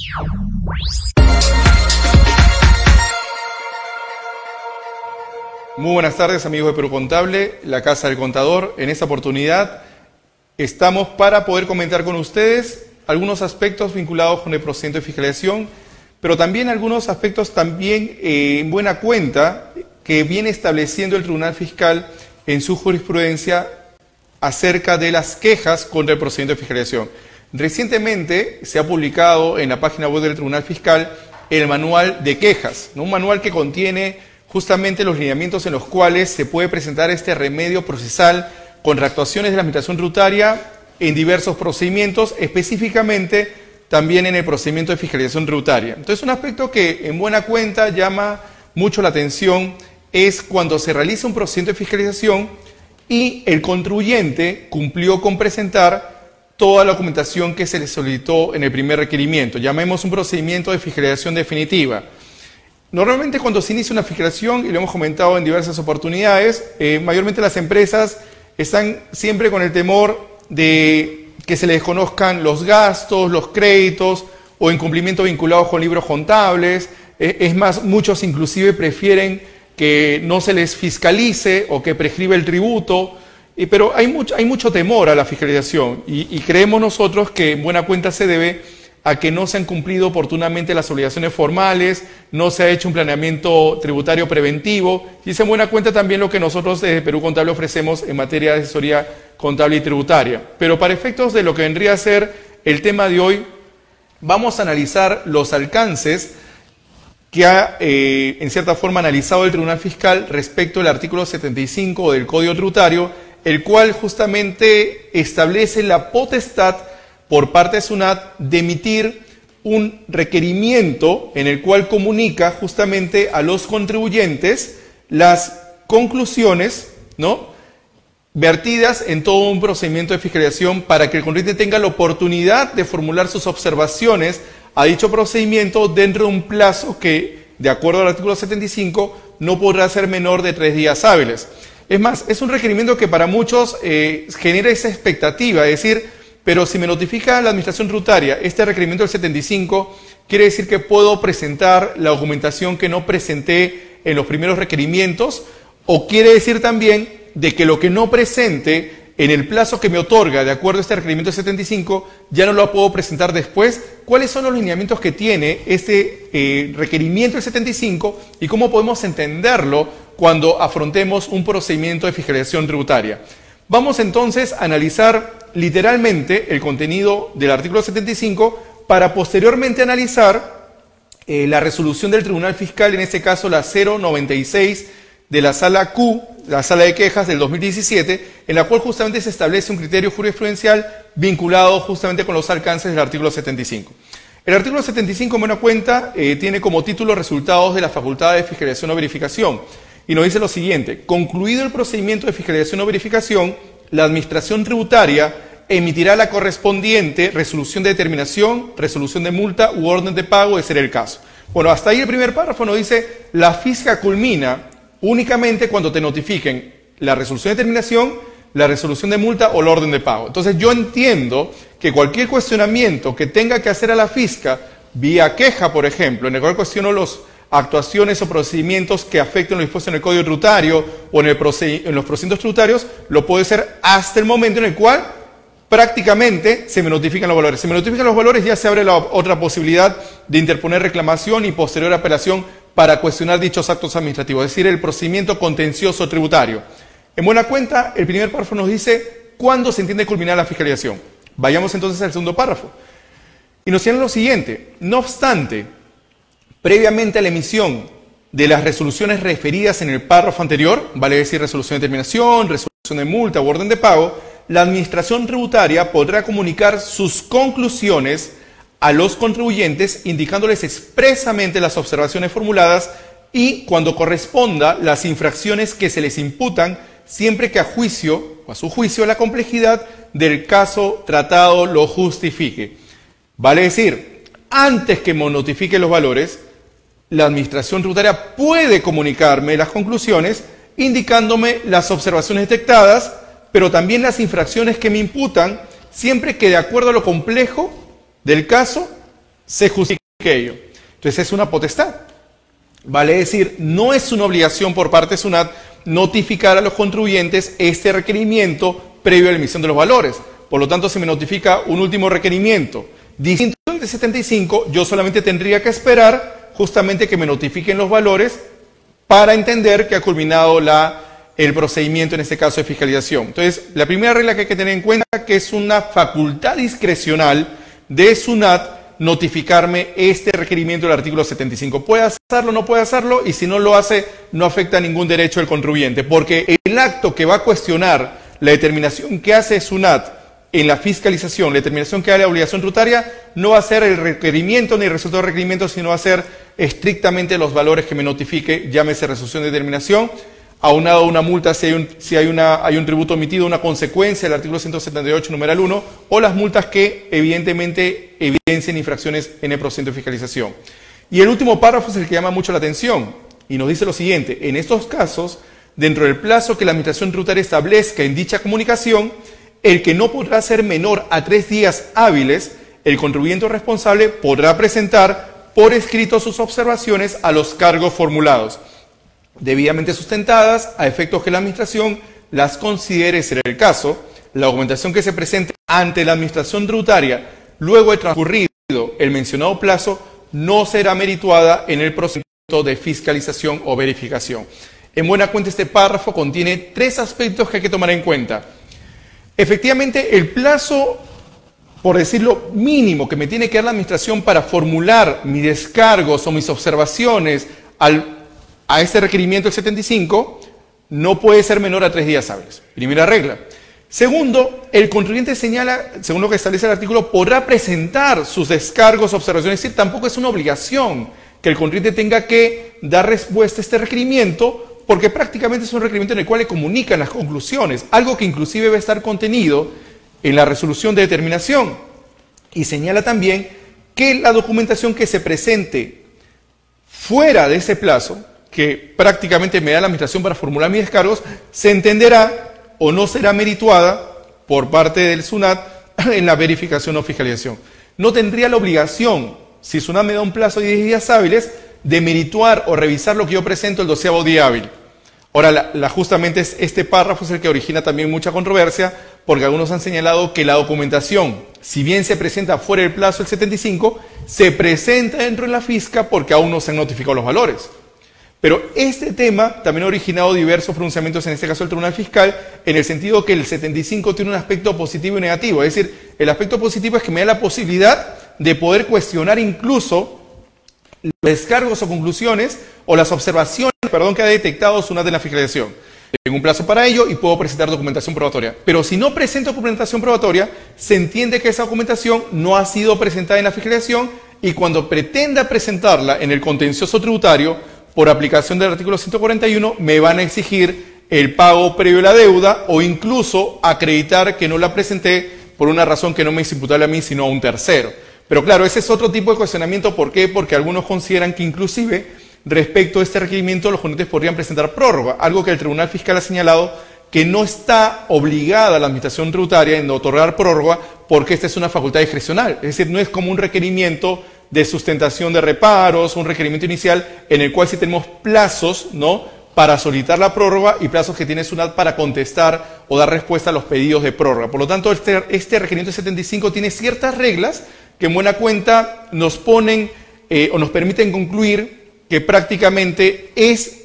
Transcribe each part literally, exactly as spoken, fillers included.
Muy buenas tardes, amigos de Perú Contable, la Casa del Contador. En esta oportunidad estamos para poder comentar con ustedes algunos aspectos vinculados con el procedimiento de fiscalización, pero también algunos aspectos también eh, en buena cuenta que viene estableciendo el Tribunal Fiscal en su jurisprudencia acerca de las quejas contra el procedimiento de fiscalización. Recientemente se ha publicado en la página web del Tribunal Fiscal el manual de quejas, ¿no? Un manual que contiene justamente los lineamientos en los cuales se puede presentar este remedio procesal contra actuaciones de la Administración Tributaria en diversos procedimientos, específicamente también en el procedimiento de fiscalización tributaria. Entonces, un aspecto que en buena cuenta llama mucho la atención es cuando se realiza un procedimiento de fiscalización y el contribuyente cumplió con presentar toda la documentación que se le solicitó en el primer requerimiento. Llamemos un procedimiento de fiscalización definitiva. Normalmente cuando se inicia una fiscalización, y lo hemos comentado en diversas oportunidades, eh, mayormente las empresas están siempre con el temor de que se les desconozcan los gastos, los créditos o incumplimientos vinculados con libros contables. Eh, es más, muchos inclusive prefieren que no se les fiscalice o que prescriba el tributo, eh, pero hay mucho, hay mucho temor a la fiscalización y, y creemos nosotros que en buena cuenta se debe a que no se han cumplido oportunamente las obligaciones formales, no se ha hecho un planeamiento tributario preventivo, y es en buena cuenta también lo que nosotros desde Perú Contable ofrecemos en materia de asesoría contable y tributaria. Pero para efectos de lo que vendría a ser el tema de hoy, vamos a analizar los alcances que ha, eh, en cierta forma, analizado el Tribunal Fiscal respecto al artículo setenta y cinco del Código Tributario, el cual justamente establece la potestad por parte de SUNAT de emitir un requerimiento en el cual comunica justamente a los contribuyentes las conclusiones, ¿no?, vertidas en todo un procedimiento de fiscalización para que el contribuyente tenga la oportunidad de formular sus observaciones a dicho procedimiento dentro de un plazo que, de acuerdo al artículo setenta y cinco, no podrá ser menor de tres días hábiles. Es más, es un requerimiento que para muchos eh, genera esa expectativa, es decir, pero si me notifica la Administración Tributaria este requerimiento del setenta y cinco, quiere decir que puedo presentar la documentación que no presenté en los primeros requerimientos, o quiere decir también de que lo que no presente en el plazo que me otorga de acuerdo a este requerimiento del setenta y cinco, ya no lo puedo presentar después. ¿Cuáles son los lineamientos que tiene este eh, requerimiento del setenta y cinco y cómo podemos entenderlo cuando afrontemos un procedimiento de fiscalización tributaria? Vamos entonces a analizar literalmente el contenido del artículo setenta y cinco para posteriormente analizar eh, la resolución del Tribunal Fiscal, en este caso la cero noventa y seis de la Sala Q, la Sala de Quejas del dos mil diecisiete, en la cual justamente se establece un criterio jurisprudencial vinculado justamente con los alcances del artículo setenta y cinco. El artículo setenta y cinco, en buena cuenta, eh, tiene como título resultados de la facultad de fiscalización o verificación. Y nos dice lo siguiente: concluido el procedimiento de fiscalización o verificación, la Administración Tributaria emitirá la correspondiente resolución de determinación, resolución de multa u orden de pago, de ser el caso. Bueno, hasta ahí el primer párrafo nos dice: la fisca culmina únicamente cuando te notifiquen la resolución de determinación, la resolución de multa o la orden de pago. Entonces yo entiendo que cualquier cuestionamiento que tenga que hacer a la fisca, vía queja, por ejemplo, en el cual cuestiono los actuaciones o procedimientos que afecten lo dispuesto en el Código Tributario o en, el proced en los procedimientos tributarios, lo puedo hacer hasta el momento en el cual prácticamente se me notifican los valores. Se me notifican los valores, ya se abre la otra posibilidad de interponer reclamación y posterior apelación para cuestionar dichos actos administrativos, es decir, el procedimiento contencioso tributario. En buena cuenta, el primer párrafo nos dice cuándo se entiende culminar la fiscalización. Vayamos entonces al segundo párrafo. Y nos señala lo siguiente: no obstante, previamente a la emisión de las resoluciones referidas en el párrafo anterior, vale decir resolución de determinación, resolución de multa u orden de pago, la Administración Tributaria podrá comunicar sus conclusiones a los contribuyentes indicándoles expresamente las observaciones formuladas y, cuando corresponda, las infracciones que se les imputan, siempre que a juicio o a su juicio la complejidad del caso tratado lo justifique. Vale decir, antes que me notifique los valores, la Administración Tributaria puede comunicarme las conclusiones indicándome las observaciones detectadas, pero también las infracciones que me imputan, siempre que de acuerdo a lo complejo del caso se justifique. ello. Entonces es una potestad. Vale decir, no es una obligación por parte de SUNAT notificar a los contribuyentes este requerimiento previo a la emisión de los valores. Por lo tanto, si me notifica un último requerimiento distinto del de setenta y cinco, yo solamente tendría que esperar justamente que me notifiquen los valores para entender que ha culminado la, el procedimiento, en este caso de fiscalización. Entonces, la primera regla que hay que tener en cuenta es que es una facultad discrecional de SUNAT notificarme este requerimiento del artículo setenta y cinco. Puede hacerlo, no puede hacerlo, y si no lo hace, no afecta ningún derecho del contribuyente, porque el acto que va a cuestionar la determinación que hace SUNAT en la fiscalización, la determinación que da la obligación tributaria, no va a ser el requerimiento ni el resultado del requerimiento, sino va a ser estrictamente los valores que me notifique, llámese resolución de determinación, aunado a una multa si hay un, si hay una, hay un tributo omitido, una consecuencia del artículo ciento setenta y ocho, numeral uno, o las multas que evidentemente evidencien infracciones en el procedimiento de fiscalización. Y el último párrafo es el que llama mucho la atención, y nos dice lo siguiente: en estos casos, dentro del plazo que la Administración Tributaria establezca en dicha comunicación, el que no podrá ser menor a tres días hábiles, el contribuyente responsable podrá presentar por escrito sus observaciones a los cargos formulados, debidamente sustentadas, a efectos que la Administración las considere ser el caso. La documentación que se presente ante la Administración Tributaria luego de transcurrido el mencionado plazo no será merituada en el procedimiento de fiscalización o verificación. En buena cuenta, este párrafo contiene tres aspectos que hay que tomar en cuenta. Efectivamente, el plazo, por decirlo, mínimo que me tiene que dar la Administración para formular mis descargos o mis observaciones al a este requerimiento del setenta y cinco, no puede ser menor a tres días hábiles. Primera regla. Segundo, el contribuyente señala, según lo que establece el artículo, podrá presentar sus descargos, observaciones. Es decir, tampoco es una obligación que el contribuyente tenga que dar respuesta a este requerimiento, porque prácticamente es un requerimiento en el cual le comunican las conclusiones, algo que inclusive debe estar contenido en la resolución de determinación. Y señala también que la documentación que se presente fuera de ese plazo, que prácticamente me da la Administración para formular mis descargos, se entenderá o no será merituada por parte del SUNAT en la verificación o fiscalización. No tendría la obligación, si SUNAT me da un plazo de diez días hábiles, de merituar o revisar lo que yo presento el doceavo día hábil. Ahora, la, la, justamente este párrafo es el que origina también mucha controversia, porque algunos han señalado que la documentación, si bien se presenta fuera del plazo del setenta y cinco, se presenta dentro de la fisca porque aún no se han notificado los valores. Pero este tema también ha originado diversos pronunciamientos, en este caso el Tribunal Fiscal, en el sentido que el setenta y cinco tiene un aspecto positivo y negativo. Es decir, el aspecto positivo es que me da la posibilidad de poder cuestionar incluso los descargos o conclusiones o las observaciones, perdón, que ha detectado SUNAT en la fiscalización. Tengo un plazo para ello y puedo presentar documentación probatoria. Pero si no presento documentación probatoria, se entiende que esa documentación no ha sido presentada en la fiscalización, y cuando pretenda presentarla en el contencioso tributario, por aplicación del artículo ciento cuarenta y uno, me van a exigir el pago previo a la deuda o incluso acreditar que no la presenté por una razón que no me es imputable a mí, sino a un tercero. Pero claro, ese es otro tipo de cuestionamiento. ¿Por qué? Porque algunos consideran que inclusive respecto a este requerimiento los contribuyentes podrían presentar prórroga, algo que el Tribunal Fiscal ha señalado que no está obligada la Administración Tributaria en otorgar prórroga, porque esta es una facultad discrecional. Es decir, no es como un requerimiento de sustentación de reparos, un requerimiento inicial en el cual sí tenemos plazos, ¿no?, para solicitar la prórroga y plazos que tiene SUNAT para contestar o dar respuesta a los pedidos de prórroga. Por lo tanto, este, este requerimiento setenta y cinco tiene ciertas reglas que en buena cuenta nos ponen eh, o nos permiten concluir que prácticamente es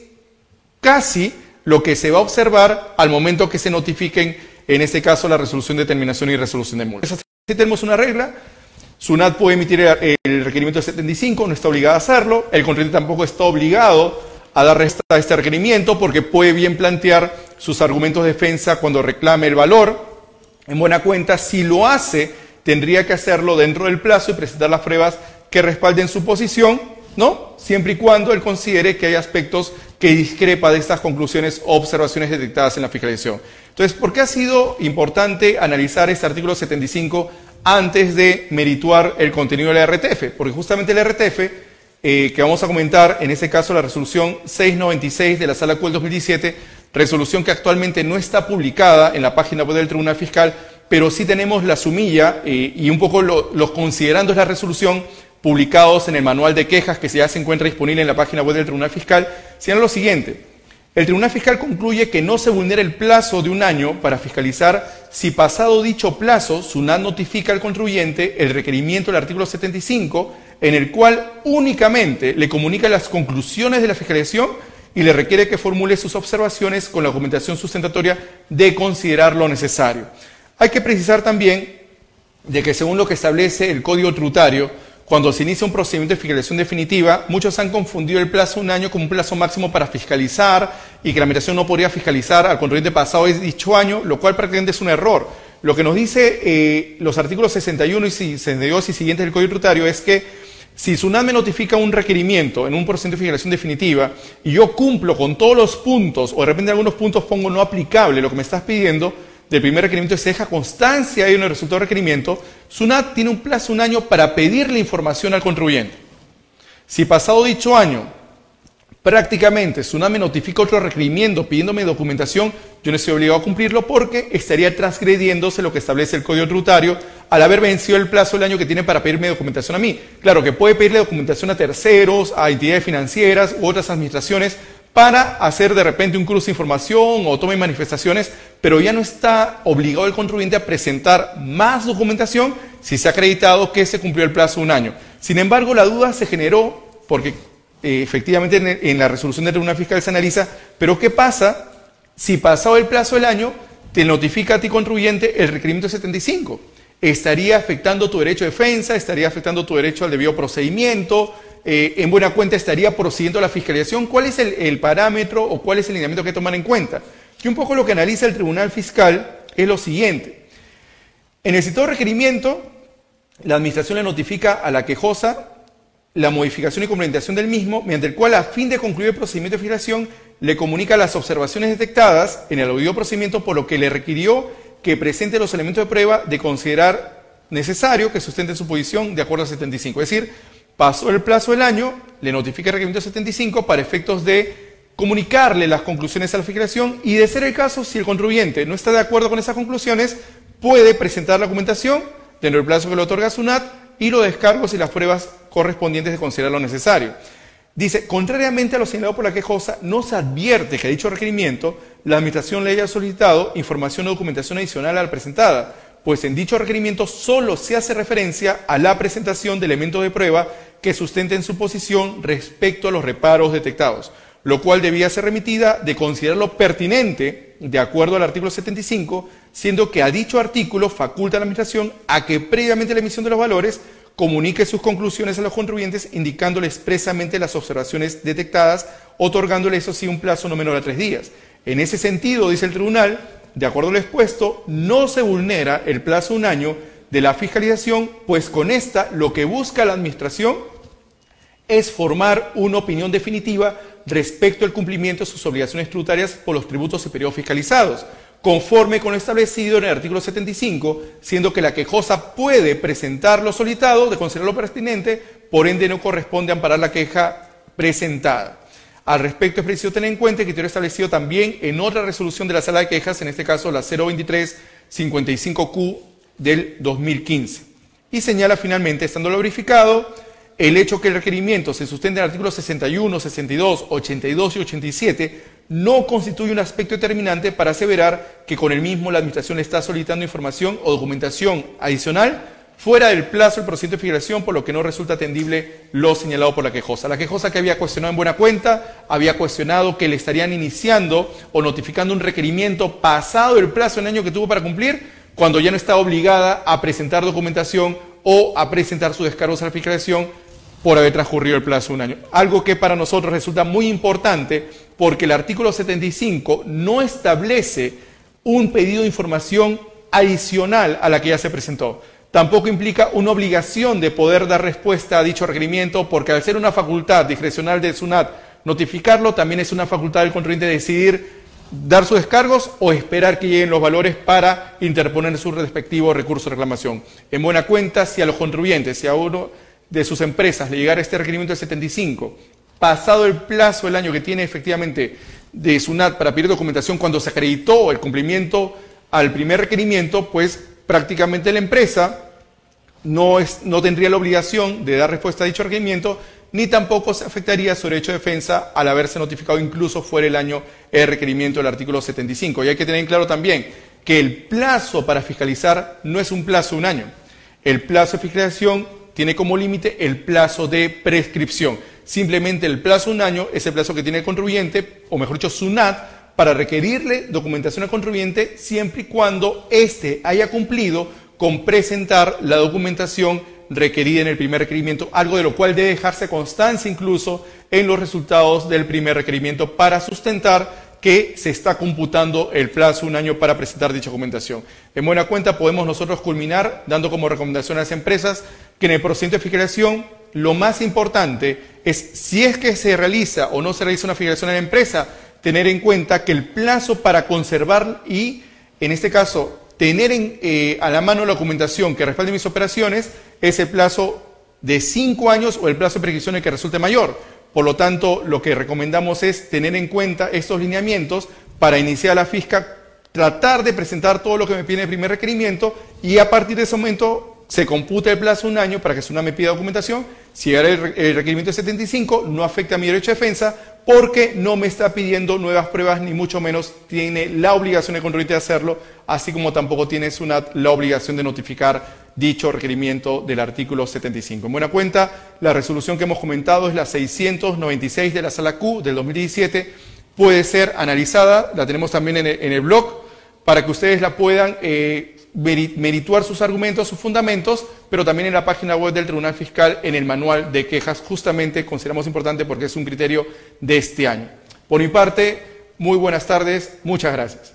casi lo que se va a observar al momento que se notifiquen, en este caso, la resolución de determinación y resolución de multa. Si tenemos una regla, SUNAT puede emitir el requerimiento del setenta y cinco, no está obligado a hacerlo. El contribuyente tampoco está obligado a dar respuesta a este requerimiento porque puede bien plantear sus argumentos de defensa cuando reclame el valor. En buena cuenta, si lo hace, tendría que hacerlo dentro del plazo y presentar las pruebas que respalden su posición, ¿no?, siempre y cuando él considere que hay aspectos que discrepa de estas conclusiones o observaciones detectadas en la fiscalización. Entonces, ¿por qué ha sido importante analizar este artículo setenta y cinco antes de merituar el contenido de la R T F? Porque justamente la R T F, eh, que vamos a comentar, en este caso la resolución seiscientos noventa y seis de la Sala Q del dos mil diecisiete, resolución que actualmente no está publicada en la página web del Tribunal Fiscal, pero sí tenemos la sumilla eh, y un poco lo, los considerandos de la resolución publicados en el manual de quejas que ya se encuentra disponible en la página web del Tribunal Fiscal, señala lo siguiente. El Tribunal Fiscal concluye que no se vulnera el plazo de un año para fiscalizar si pasado dicho plazo, SUNAT notifica al contribuyente el requerimiento del artículo setenta y cinco, en el cual únicamente le comunica las conclusiones de la fiscalización y le requiere que formule sus observaciones con la documentación sustentatoria de considerar lo necesario. Hay que precisar también de que según lo que establece el Código Tributario, cuando se inicia un procedimiento de fiscalización definitiva, muchos han confundido el plazo de un año como un plazo máximo para fiscalizar y que la administración no podría fiscalizar al contribuyente pasado de dicho año, lo cual prácticamente es un error. Lo que nos dice eh, los artículos sesenta y uno y sesenta y dos y siguientes del Código Tributario es que si SUNAT me notifica un requerimiento en un procedimiento de fiscalización definitiva y yo cumplo con todos los puntos o de repente en algunos puntos pongo no aplicable lo que me estás pidiendo, del primer requerimiento se deja constancia ahí en el resultado del requerimiento, SUNAT tiene un plazo de un año para pedirle información al contribuyente. Si pasado dicho año, prácticamente SUNAT me notifica otro requerimiento pidiéndome documentación, yo no estoy obligado a cumplirlo porque estaría transgrediéndose lo que establece el Código Tributario al haber vencido el plazo del año que tiene para pedirme documentación a mí. Claro que puede pedirle documentación a terceros, a entidades financieras u otras administraciones, para hacer de repente un cruce de información o toma de manifestaciones, pero ya no está obligado el contribuyente a presentar más documentación si se ha acreditado que se cumplió el plazo de un año. Sin embargo, la duda se generó porque eh, efectivamente en, en la resolución del Tribunal Fiscal se analiza, pero ¿qué pasa si pasado el plazo del año te notifica a ti contribuyente el requerimiento setenta y cinco? Estaría afectando tu derecho de defensa, estaría afectando tu derecho al debido procedimiento. Eh, en buena cuenta estaría procediendo la fiscalización. ¿Cuál es el, el parámetro o cuál es el lineamiento que tomar en cuenta? Y un poco lo que analiza el Tribunal Fiscal es lo siguiente. En el citado requerimiento, la administración le notifica a la quejosa la modificación y complementación del mismo, mediante el cual, a fin de concluir el procedimiento de fiscalización, le comunica las observaciones detectadas en el debido procedimiento, por lo que le requirió que presente los elementos de prueba de considerar necesario que sustenten su posición de acuerdo a setenta y cinco. Es decir, pasó el plazo del año, le notifica el requerimiento setenta y cinco para efectos de comunicarle las conclusiones a la fiscalización y, de ser el caso, si el contribuyente no está de acuerdo con esas conclusiones, puede presentar la documentación dentro del plazo que le otorga SUNAT y los descargos y las pruebas correspondientes de considerar lo necesario. Dice, contrariamente a lo señalado por la quejosa, no se advierte que a dicho requerimiento la administración le haya solicitado información o documentación adicional a la presentada, pues en dicho requerimiento solo se hace referencia a la presentación de elementos de prueba que sustenten su posición respecto a los reparos detectados, lo cual debía ser remitida de considerarlo pertinente de acuerdo al artículo setenta y cinco, siendo que a dicho artículo faculta a la administración a que previamente a la emisión de los valores comunique sus conclusiones a los contribuyentes indicándole expresamente las observaciones detectadas, otorgándole eso sí un plazo no menor a tres días. En ese sentido, dice el tribunal, de acuerdo a lo expuesto, no se vulnera el plazo de un año de la fiscalización, pues con esta lo que busca la administración es formar una opinión definitiva respecto al cumplimiento de sus obligaciones tributarias por los tributos y periodos fiscalizados, conforme con lo establecido en el artículo setenta y cinco, siendo que la quejosa puede presentar lo solicitado de considerarlo pertinente, por ende no corresponde amparar la queja presentada. Al respecto es preciso tener en cuenta el criterio establecido también en otra resolución de la Sala de Quejas, en este caso la cero veintitrés cincuenta y cinco Q del dos mil quince. Y señala finalmente, estando lo verificado, el hecho que el requerimiento se sustente en artículos sesenta y uno, sesenta y dos, ochenta y dos y ochenta y siete no constituye un aspecto determinante para aseverar que con el mismo la administración le está solicitando información o documentación adicional fuera del plazo del procedimiento de fiscalización, por lo que no resulta atendible lo señalado por la quejosa. La quejosa, que había cuestionado en buena cuenta, había cuestionado que le estarían iniciando o notificando un requerimiento pasado el plazo en año que tuvo para cumplir, cuando ya no está obligada a presentar documentación o a presentar sus descargos a la fiscalización por haber transcurrido el plazo de un año. Algo que para nosotros resulta muy importante, porque el artículo setenta y cinco no establece un pedido de información adicional a la que ya se presentó. Tampoco implica una obligación de poder dar respuesta a dicho requerimiento, porque al ser una facultad discrecional de SUNAT notificarlo, también es una facultad del contribuyente de decidir dar sus descargos o esperar que lleguen los valores para interponer su respectivo recurso de reclamación. En buena cuenta, si a los contribuyentes, si a uno de sus empresas le llegara este requerimiento del setenta y cinco, pasado el plazo del año que tiene efectivamente de SUNAT para pedir documentación, cuando se acreditó el cumplimiento al primer requerimiento, pues prácticamente la empresa no, es, no tendría la obligación de dar respuesta a dicho requerimiento, ni tampoco se afectaría su derecho de defensa al haberse notificado incluso fuera el año el requerimiento del artículo setenta y cinco. Y hay que tener en claro también que el plazo para fiscalizar no es un plazo de un año. El plazo de fiscalización tiene como límite el plazo de prescripción. Simplemente el plazo de un año es el plazo que tiene el contribuyente, o mejor dicho, SUNAT, para requerirle documentación al contribuyente siempre y cuando éste haya cumplido con presentar la documentación requerida en el primer requerimiento, algo de lo cual debe dejarse constancia incluso en los resultados del primer requerimiento para sustentar que se está computando el plazo de un año para presentar dicha documentación. En buena cuenta podemos nosotros culminar dando como recomendación a las empresas que en el procedimiento de fiscalización lo más importante es, si es que se realiza o no se realiza una fiscalización en la empresa, tener en cuenta que el plazo para conservar y, en este caso, tener en, eh, a la mano la documentación que respalde mis operaciones es el plazo de cinco años o el plazo de prescripción el que resulte mayor. Por lo tanto, lo que recomendamos es tener en cuenta estos lineamientos para iniciar la fisca, tratar de presentar todo lo que me pide el primer requerimiento y a partir de ese momento se computa el plazo de un año para que SUNAT me pida documentación. Si llegara el, el requerimiento de setenta y cinco, no afecta a mi derecho de defensa porque no me está pidiendo nuevas pruebas, ni mucho menos tiene la obligación de contribuyente de hacerlo, así como tampoco tiene SUNAT la obligación de notificar dicho requerimiento del artículo setenta y cinco. En buena cuenta, la resolución que hemos comentado es la seiscientos noventa y seis de la Sala Q del dos mil diecisiete, puede ser analizada, la tenemos también en el, en el blog, para que ustedes la puedan eh, merituar sus argumentos, sus fundamentos, pero también en la página web del Tribunal Fiscal, en el manual de quejas, justamente consideramos importante porque es un criterio de este año. Por mi parte, muy buenas tardes, muchas gracias.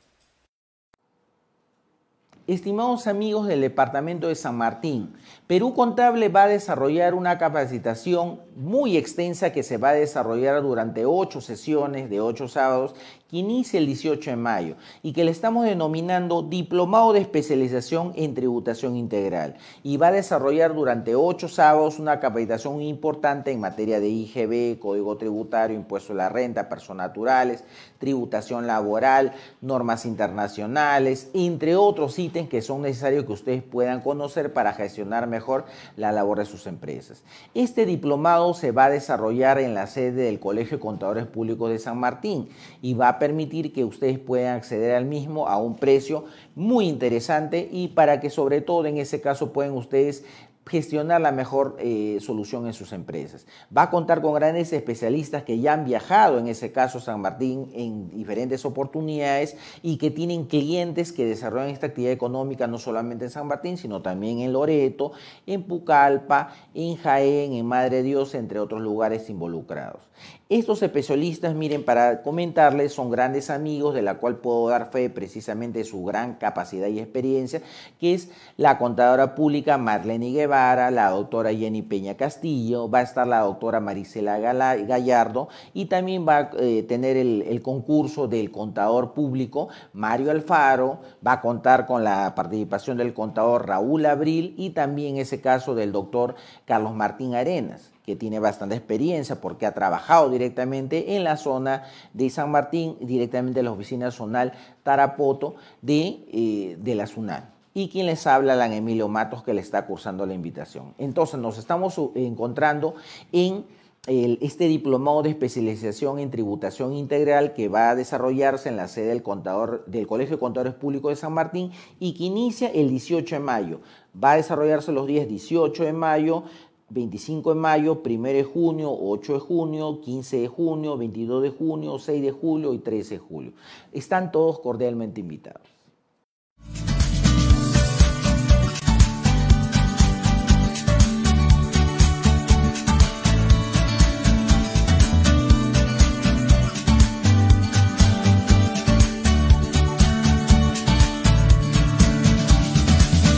Estimados amigos del Departamento de San Martín, Perú Contable va a desarrollar una capacitación muy extensa que se va a desarrollar durante ocho sesiones de ocho sábados que inicia el dieciocho de mayo y que le estamos denominando Diplomado de Especialización en Tributación Integral, y va a desarrollar durante ocho sábados una capacitación muy importante en materia de I G B, Código Tributario, Impuesto a la Renta, Personas Naturales, Tributación Laboral, normas internacionales, entre otros ítems que son necesarios que ustedes puedan conocer para gestionar mejor la labor de sus empresas. Este diplomado se va a desarrollar en la sede del Colegio de Contadores Públicos de San Martín y va a permitir que ustedes puedan acceder al mismo a un precio muy interesante y para que sobre todo en ese caso puedan ustedes gestionar la mejor eh, solución en sus empresas. Va a contar con grandes especialistas que ya han viajado, en ese caso San Martín, en diferentes oportunidades y que tienen clientes que desarrollan esta actividad económica no solamente en San Martín, sino también en Loreto, en Pucallpa, en Jaén, en Madre de Dios, entre otros lugares involucrados. Estos especialistas, miren, para comentarles, son grandes amigos de la cual puedo dar fe precisamente de su gran capacidad y experiencia, que es la contadora pública Marlene Guevara, la doctora Jenny Peña Castillo, va a estar la doctora Marisela Gallardo y también va a eh, tener el, el concurso del contador público Mario Alfaro, va a contar con la participación del contador Raúl Abril y también en ese caso del doctor Carlos Martín Arenas, que tiene bastante experiencia porque ha trabajado directamente en la zona de San Martín, directamente en la oficina zonal Tarapoto de, eh, de la SUNAT. Y quien les habla, Alan Emilio Matos, que le está cursando la invitación. Entonces nos estamos encontrando en el, este diplomado de especialización en tributación integral que va a desarrollarse en la sede del, contador, del Colegio de Contadores Públicos de San Martín y que inicia el dieciocho de mayo. Va a desarrollarse los días dieciocho de mayo, veinticinco de mayo, primero de junio, ocho de junio, quince de junio, veintidós de junio, seis de julio y trece de julio. Están todos cordialmente invitados.